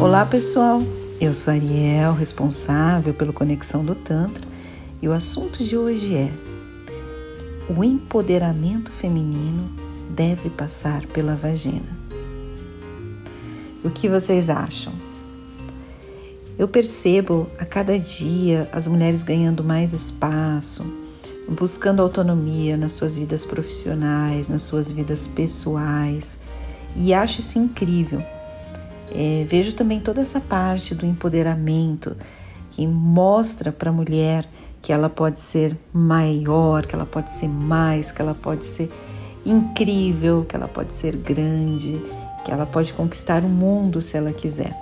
Olá pessoal, eu sou a Ariel, responsável pelo Conexão do Tantra, e o assunto de hoje é: o empoderamento feminino deve passar pela vagina. O que vocês acham? Eu percebo a cada dia as mulheres ganhando mais espaço, buscando autonomia nas suas vidas profissionais, nas suas vidas pessoais, e acho isso incrível. Vejo também toda essa parte do empoderamento que mostra para a mulher que ela pode ser maior, que ela pode ser mais, que ela pode ser incrível, que ela pode ser grande, que ela pode conquistar o mundo se ela quiser.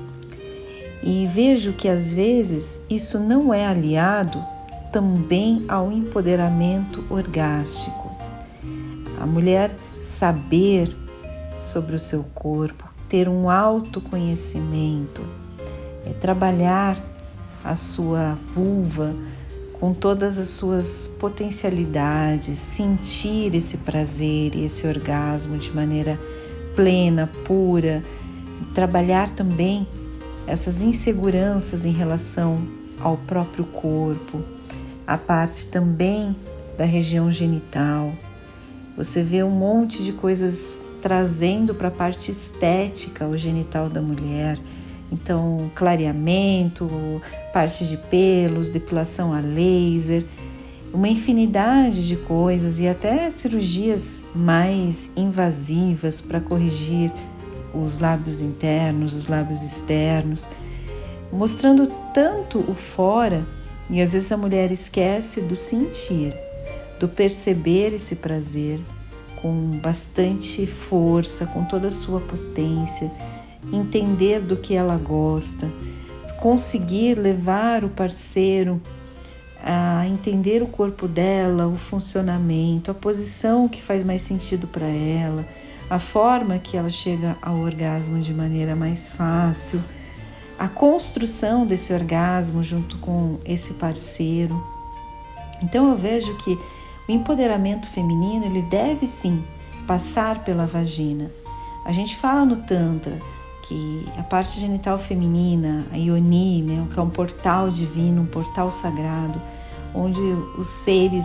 E vejo que às vezes isso não é aliado também ao empoderamento orgástico. A mulher saber sobre o seu corpo, ter um autoconhecimento, trabalhar a sua vulva com todas as suas potencialidades, sentir esse prazer e esse orgasmo de maneira plena, pura, trabalhar também essas inseguranças em relação ao próprio corpo, a parte também da região genital. Você vê um monte de coisas trazendo para a parte estética o genital da mulher. Então, clareamento, parte de pelos, depilação a laser, uma infinidade de coisas e até cirurgias mais invasivas para corrigir os lábios internos, os lábios externos, mostrando tanto o fora, e às vezes a mulher esquece do sentir, do perceber esse prazer com bastante força, com toda a sua potência, entender do que ela gosta, conseguir levar o parceiro a entender o corpo dela, o funcionamento, a posição que faz mais sentido para ela, a forma que ela chega ao orgasmo de maneira mais fácil, a construção desse orgasmo junto com esse parceiro. Então eu vejo que o empoderamento feminino, ele deve sim passar pela vagina. A gente fala no Tantra que a parte genital feminina, a Yoni, né, que é um portal divino, um portal sagrado, onde os seres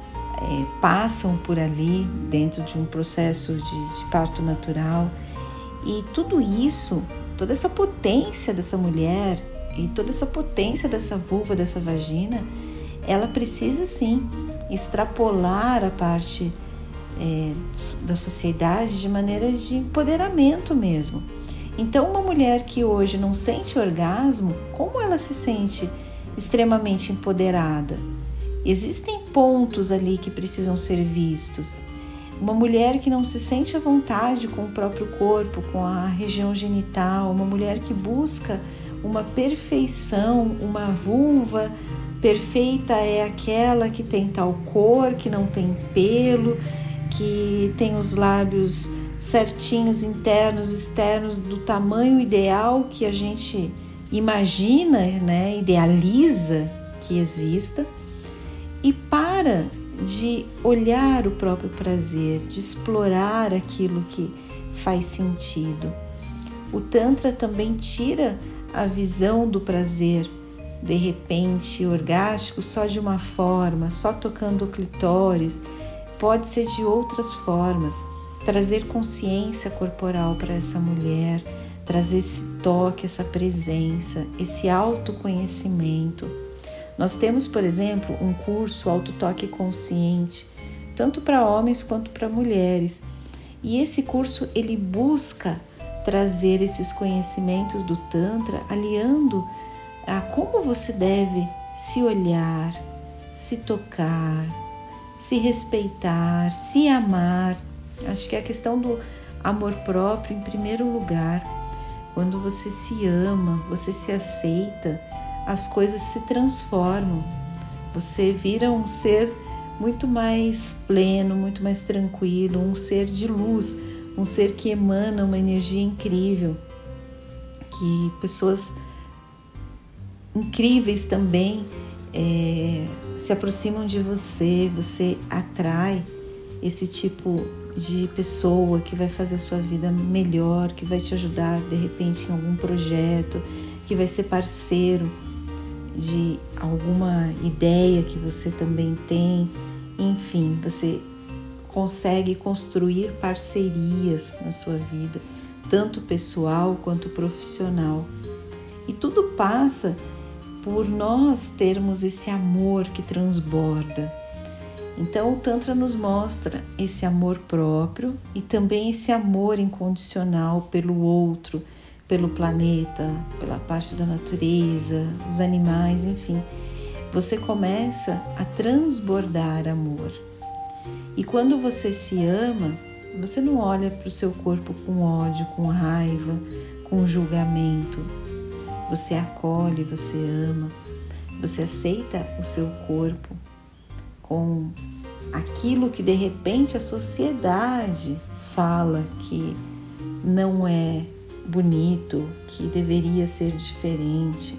passam por ali dentro de um processo de parto natural. E tudo isso, toda essa potência dessa mulher e toda essa potência dessa vulva, dessa vagina, ela precisa sim extrapolar a parte da sociedade de maneira de empoderamento mesmo. Então, uma mulher que hoje não sente orgasmo, como ela se sente extremamente empoderada? Existem pontos ali que precisam ser vistos. Uma mulher que não se sente à vontade com o próprio corpo, com a região genital, uma mulher que busca uma perfeição, uma vulva perfeita é aquela que tem tal cor, que não tem pelo, que tem os lábios certinhos, internos, externos, do tamanho ideal que a gente imagina, né, idealiza que exista, e para de olhar o próprio prazer, de explorar aquilo que faz sentido. O Tantra também tira a visão do prazer de repente orgástico só de uma forma, só tocando o clitóris. Pode ser de outras formas, trazer consciência corporal para essa mulher, trazer esse toque, essa presença, esse autoconhecimento. Nós temos, por exemplo, um curso Autotoque Consciente, tanto para homens quanto para mulheres. E esse curso, ele busca trazer esses conhecimentos do Tantra, aliando a como você deve se olhar, se tocar, se respeitar, se amar. Acho que é a questão do amor próprio em primeiro lugar. Quando você se ama, você se aceita, as coisas se transformam. Você vira um ser muito mais pleno, muito mais tranquilo, um ser de luz, um ser que emana uma energia incrível, que pessoas incríveis também se aproximam de você, você atrai esse tipo de pessoa que vai fazer a sua vida melhor, que vai te ajudar de repente em algum projeto, que vai ser parceiro de alguma ideia que você também tem. Enfim, você consegue construir parcerias na sua vida, tanto pessoal quanto profissional. E tudo passa por nós termos esse amor que transborda. Então o Tantra nos mostra esse amor próprio e também esse amor incondicional pelo outro, pelo planeta, pela parte da natureza, os animais, enfim. Você começa a transbordar amor. E quando você se ama, você não olha para o seu corpo com ódio, com raiva, com julgamento. Você acolhe, você ama, você aceita o seu corpo com aquilo que de repente a sociedade fala que não é bonito, que deveria ser diferente.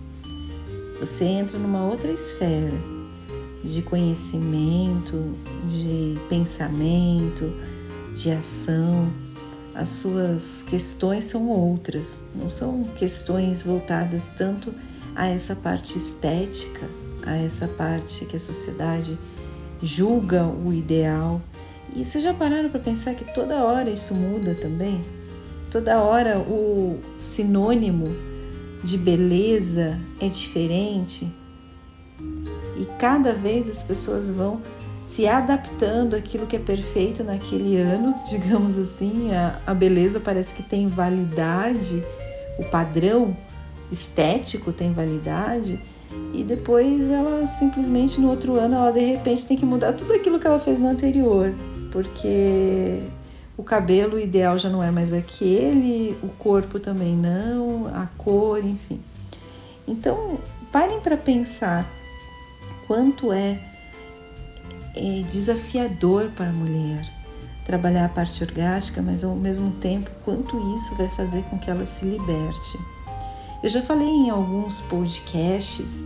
Você entra numa outra esfera de conhecimento, de pensamento, de ação. As suas questões são outras, não são questões voltadas tanto a essa parte estética, a essa parte que a sociedade julga o ideal. E vocês já pararam para pensar que toda hora isso muda também? Toda hora o sinônimo de beleza é diferente e cada vez as pessoas vão se adaptando àquilo que é perfeito naquele ano, digamos assim. A beleza parece que tem validade, o padrão estético tem validade, e depois ela simplesmente no outro ano ela de repente tem que mudar tudo aquilo que ela fez no anterior, porque o cabelo ideal já não é mais aquele, o corpo também não, a cor, enfim. Então parem para pensar quanto é desafiador para a mulher trabalhar a parte orgástica, mas ao mesmo tempo quanto isso vai fazer com que ela se liberte. Eu já falei em alguns podcasts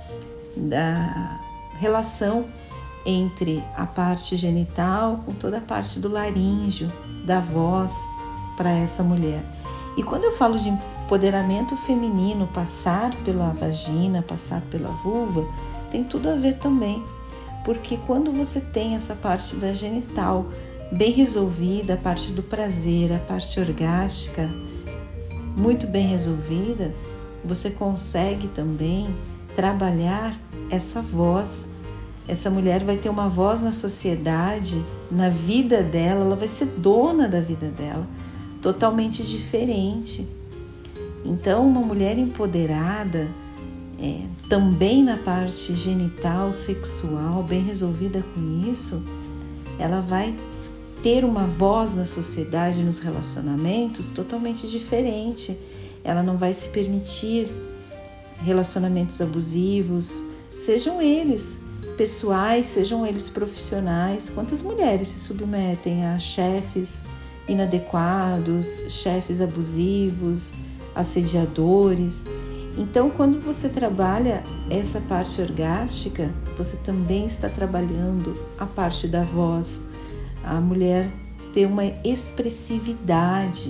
da relação entre a parte genital com toda a parte do laríngeo, da voz para essa mulher. E quando eu falo de empoderamento feminino, passar pela vagina, passar pela vulva, tem tudo a ver também. Porque quando você tem essa parte da genital bem resolvida, a parte do prazer, a parte orgástica muito bem resolvida, você consegue também trabalhar essa voz. Essa mulher vai ter uma voz na sociedade, na vida dela, ela vai ser dona da vida dela, totalmente diferente. Então, uma mulher empoderada, também na parte genital, sexual, bem resolvida com isso, ela vai ter uma voz na sociedade, nos relacionamentos totalmente diferente. Ela não vai se permitir relacionamentos abusivos, sejam eles pessoais, sejam eles profissionais. Quantas mulheres se submetem a chefes inadequados, chefes abusivos, assediadores? Então, quando você trabalha essa parte orgástica, você também está trabalhando a parte da voz. A mulher ter uma expressividade.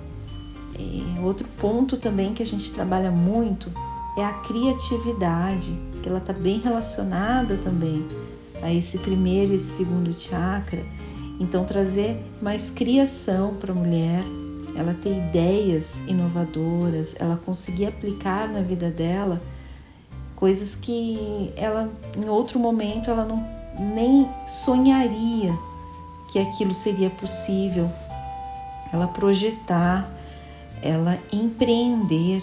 Outro ponto também que a gente trabalha muito é a criatividade, que ela está bem relacionada também a esse primeiro e esse segundo chakra. Então, trazer mais criação para a mulher, ela ter ideias inovadoras, ela conseguir aplicar na vida dela coisas que ela, em outro momento, ela não nem sonharia que aquilo seria possível. Ela projetar, ela empreender.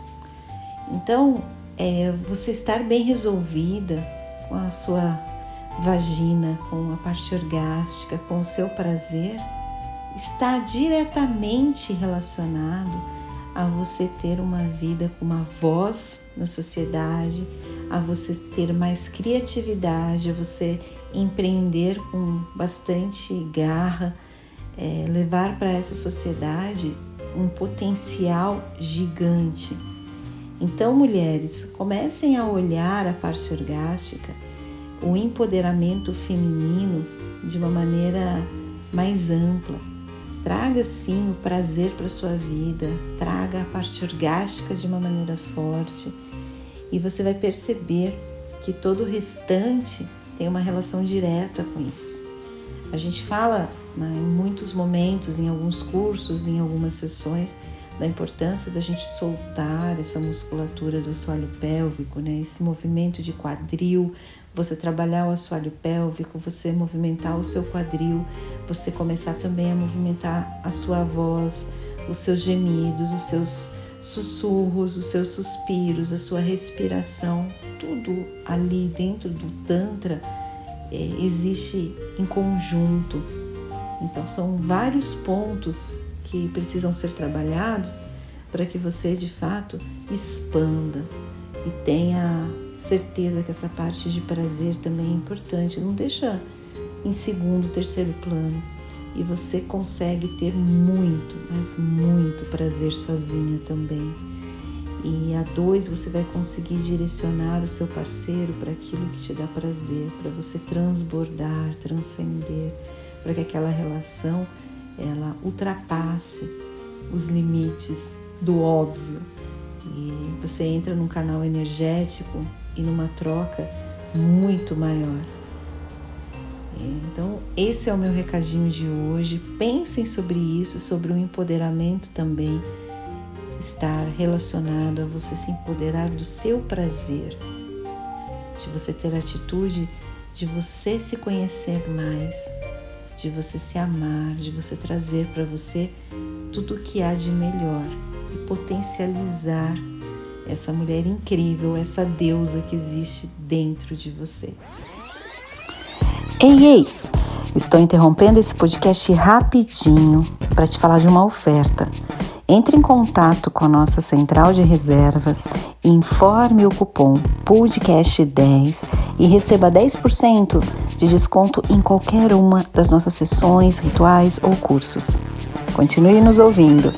Então, você estar bem resolvida com a sua vagina, com a parte orgástica, com o seu prazer, está diretamente relacionado a você ter uma vida com uma voz na sociedade, a você ter mais criatividade, a você empreender com bastante garra, levar para essa sociedade um potencial gigante. Então, mulheres, comecem a olhar a parte orgástica, o empoderamento feminino de uma maneira mais ampla. Traga sim o prazer para a sua vida, traga a parte orgástica de uma maneira forte e você vai perceber que todo o restante tem uma relação direta com isso. A gente fala, né, em muitos momentos, em alguns cursos, em algumas sessões, da importância da gente soltar essa musculatura do assoalho pélvico, né? Esse movimento de quadril, você trabalhar o assoalho pélvico, você movimentar o seu quadril, você começar também a movimentar a sua voz, os seus gemidos, os seus sussurros, os seus suspiros, a sua respiração, tudo ali dentro do Tantra existe em conjunto. Então são vários pontos que precisam ser trabalhados para que você de fato expanda e tenha certeza que essa parte de prazer também é importante. Não deixa em segundo, terceiro plano e você consegue ter muito, mas muito prazer sozinha também. E a dois você vai conseguir direcionar o seu parceiro para aquilo que te dá prazer, para você transbordar, transcender, para que aquela relação ela ultrapasse os limites do óbvio e você entra num canal energético e numa troca muito maior. Então esse é o meu recadinho de hoje. Pensem sobre isso, sobre o empoderamento também estar relacionado a você se empoderar do seu prazer, de você ter a atitude de você se conhecer mais, de você se amar, de você trazer para você tudo o que há de melhor e potencializar essa mulher incrível, essa deusa que existe dentro de você. Ei! Estou interrompendo esse podcast rapidinho para te falar de uma oferta. Entre em contato com a nossa central de reservas, informe o cupom PODCAST10 e receba 10% de desconto em qualquer uma das nossas sessões, rituais ou cursos. Continue nos ouvindo.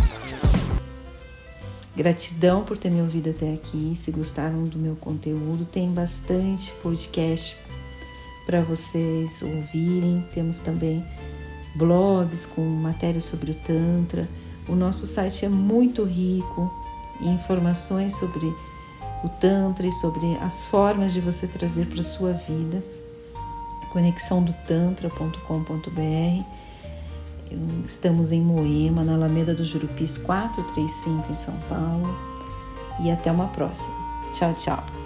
Gratidão por ter me ouvido até aqui. Se gostaram do meu conteúdo, tem bastante podcast para vocês ouvirem. Temos também blogs com matérias sobre o Tantra. O nosso site é muito rico em informações sobre o Tantra e sobre as formas de você trazer para a sua vida. conexãodotantra.com.br. Estamos em Moema, na Alameda do Jurupis 435, em São Paulo. E até uma próxima. Tchau, tchau.